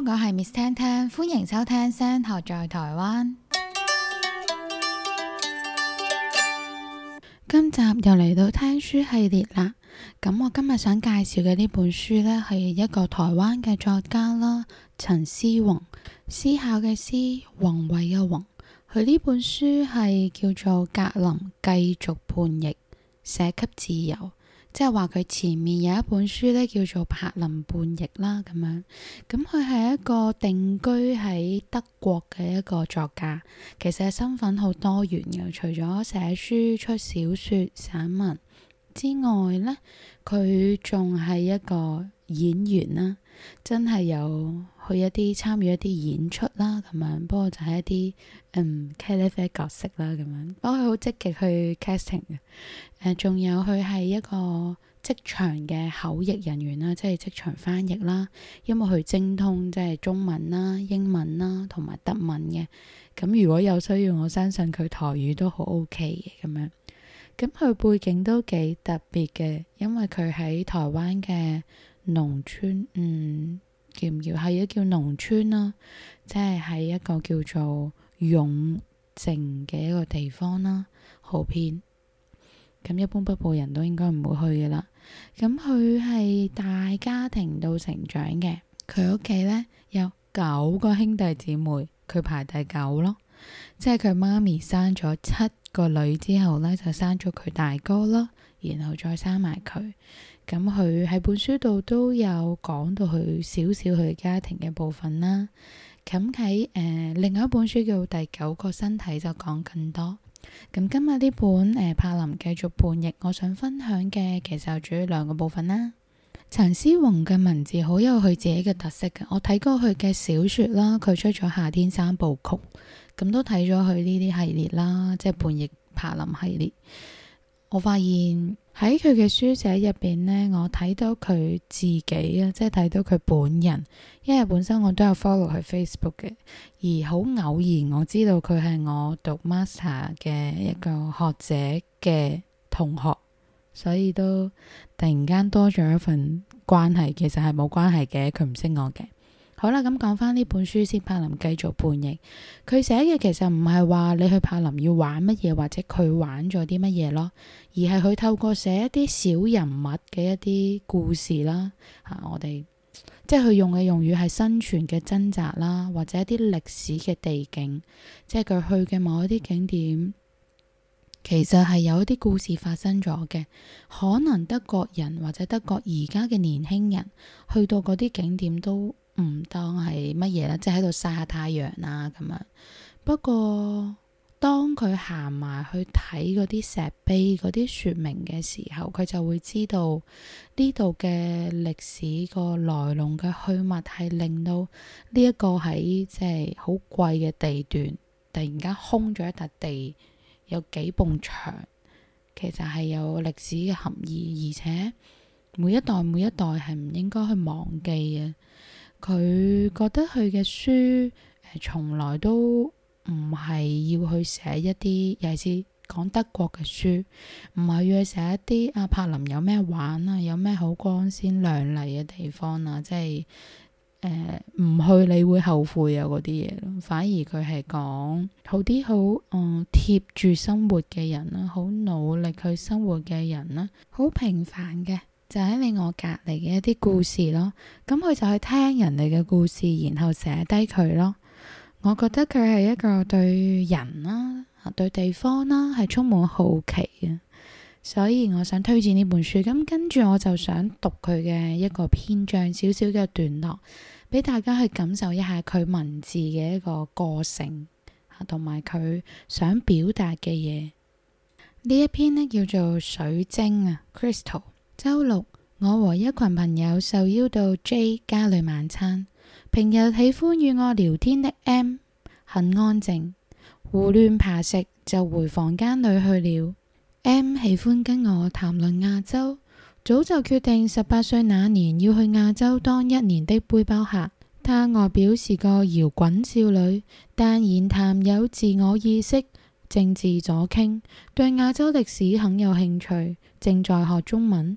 我係 Miss 聽聽，歡迎收聽聲學在台灣。今集又嚟到聽書系列啦。咁我今日想介紹嘅呢本書呢，係一個台灣嘅作家啦，陳思宏，思考嘅思，宏偉嘅宏。佢呢本書係叫做《格林繼續叛逆，寫給自由》。即係話佢前面有一本書呢，叫做《柏林叛逆》啦，咁樣。咁佢係一個定居喺德國嘅一個作家，其實身份好多元嘅。除咗寫書、出小說、散文之外呢，佢仲係一個演員啦，真係有去一啲參與一啲演出啦，咁樣。不過就係一啲茄喱啡角色啦，咁樣。不過佢好積極去 casting 嘅。仲有佢係一個職場嘅口譯人員啦，即係職場翻譯啦，因為佢精通即係中文啦、英文啦同埋德文嘅。咁如果有需要，我相信佢台語都好 OK 嘅咁樣。咁佢背景都幾特別嘅，因為佢喺台灣嘅農村，叫唔叫係叫農村啦，即係喺一個叫做永靖嘅一個地方啦，好偏。咁一般北部人都應該唔會去嘅啦。咁佢係大家庭到成長嘅，佢屋企呢有9個兄弟姊妹，佢排第9咯。即係佢媽咪生咗7個女之後呢，就生咗佢大哥啦，然後再生埋佢。咁佢喺本書度都有講到佢少少佢家庭嘅部分啦。咁喺另外一本書叫《第9個身體》就講更多。咁今日呢本柏林繼續叛逆，我想分享嘅其實主要2個部分啦。陳思宏嘅文字好有佢自己嘅特色嘅，我睇過佢嘅小說啦，佢出咗《夏天3部曲》，咁都睇咗佢呢啲系列啦，即係叛逆柏林系列。我發現喺佢嘅書寫入邊呢，我睇到佢自己啊，即係睇到佢本人，因為本身我都有 follow 佢 Facebook 嘅，而好偶然我知道佢係我讀 master 嘅一個學者嘅同學，所以都突然間多咗一份關係，其實係冇關係嘅，佢唔識我嘅。好啦，咁講翻呢本書先，柏林繼續叛逆。佢寫嘅其實唔係話你去柏林要玩乜嘢，或者佢玩咗啲乜嘢咯，而係佢透過寫一啲小人物嘅一啲故事啦。我哋即係佢用嘅用語係生存嘅掙扎啦，或者一啲歷史嘅地景，即係佢去嘅某一啲景點，其實係有一啲故事發生咗嘅。可能德國人或者德國而家嘅年輕人去到嗰啲景點都唔當係乜嘢啦，即係喺度曬下太陽啊咁樣。不過當佢行埋去睇嗰啲石碑、嗰啲說明嘅時候，佢就會知道呢度嘅歷史個來龍嘅去脈係令到呢一個喺即係好貴嘅地段突然間空咗一笪地，有幾埲牆，其實係有歷史嘅含義，而且每一代係唔應該去忘記嘅。佢覺得佢嘅書從來都唔係要去寫一啲，尤其是講德國嘅書，唔係要去寫一啲柏林有咩玩啊，有咩好光鮮亮麗嘅地方啊，即係唔去你會後悔啊嗰啲嘢咯。反而佢係講好啲好貼住生活嘅人啦，好努力去生活嘅人啦，好平凡嘅。就喺你我隔離嘅一啲故事咯，咁佢就去聽人哋嘅故事，然後寫低佢咯。我覺得佢係一個對人啦、對地方啦係充滿好奇嘅，所以我想推薦呢本書。咁跟住我就想讀佢嘅一個篇章，少少嘅段落，俾大家去感受一下佢文字嘅一個個性，同埋佢想表達嘅嘢。呢一篇呢叫做水晶啊 Crystal。週6，我和一群朋友受邀到 J 家裏晚餐。平日喜歡與我聊天的 M 很安靜，胡亂扒食就回房間裏去了。M 喜歡跟我談論亞洲，早就決定18歲那年要去亞洲當1年的背包客。她外表是個搖滾少女，但言談有自我意識，政治左傾，對亞洲歷史很有興趣，正在學中文。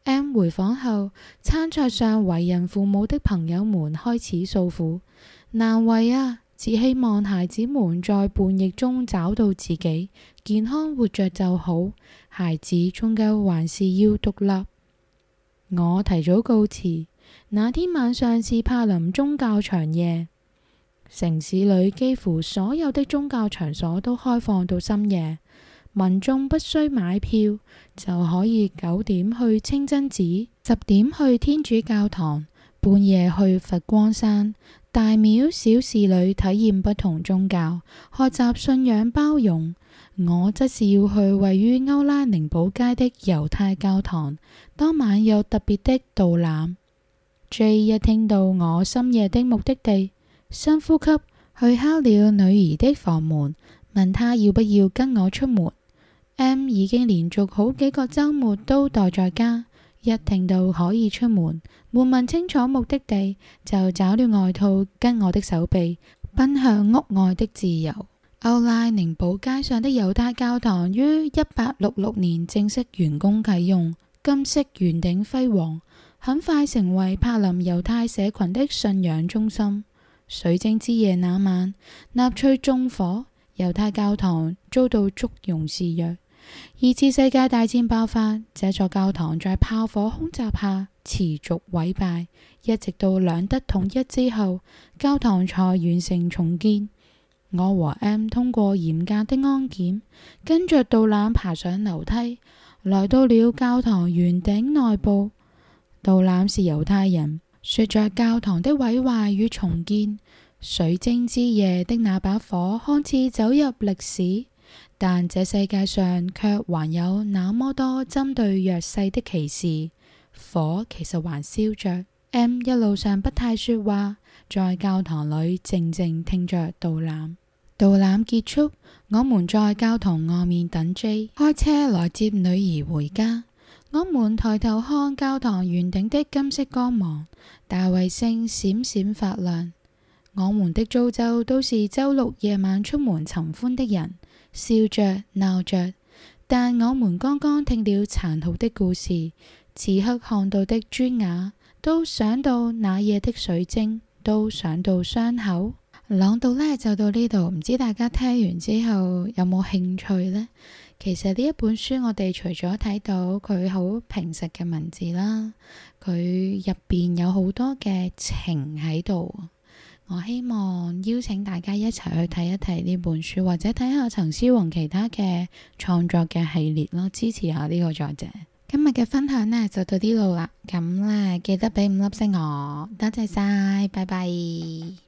M 回訪後，餐桌上為人父母的朋友們開始訴苦，難為啊，只希望孩子們在叛逆中找到自己，健康活着就好。孩子終究還是要獨立。我提早告辭。那天晚上是柏林宗教長夜，城市裏幾乎所有的宗教場所都開放到深夜。民眾不需買票就可以9點去清真寺，10點去天主教堂，半夜去佛光山、大廟小寺裏體驗不同宗教，學習信仰包容。我則是要去位於歐拉寧堡街的猶太教堂，當晚有特別的導覽。J 一聽到我深夜的目的地，深呼吸，去敲了女兒的房門，問她要不要跟我出門。M 已經連續好幾個週末都待在家，一聽到可以出門，沒問清楚目的地，就找了外套跟我的手臂，奔向屋外的自由。歐拉寧堡街上的猶太教堂於1866年正式完工啟用，金色圓頂輝煌，很快成為柏林猶太社群的信仰中心。水晶之夜那晚，納粹縱火，猶太教堂遭到祝融肆虐。2次世界大戰爆發，這座教堂在炮火空襲下持續毀敗，一直到兩德統一之後，教堂才完成重建。我和 M 通過嚴格的安檢，跟着導覽爬上樓梯，來到了教堂圓頂內部。導覽是猶太人，說着教堂的毀壞與重建。水晶之夜的那把火看似走入歷史，但這世界上卻還有那麼多針對弱勢的歧視。火其實還燒着。M 一路上不太說話，在教堂裏靜靜聽着導覽。導覽結束，我們在教堂外面等 J 開車來接女兒回家。我們抬頭看教堂圓頂的金色光芒，大衛星閃閃發亮。我們的遭周都是周六夜晚出門尋歡的人，笑着鬧着。但我們剛剛聽了殘酷的故事，此刻看到的磚瓦，都想到那夜的水晶，都想到傷口。朗讀呢就到呢度，唔知大家聽完之後有冇興趣呢？其實呢一本書我哋除咗睇到佢好平實嘅文字啦，佢入邊有好多嘅情喺度。我希望邀請大家一齊去睇一睇呢本書，或者睇下陳思宏其他嘅創作嘅系列咯，支持下呢個作者。今日嘅分享呢就到呢度啦，咁呢記得俾5粒星我，多謝晒，拜拜。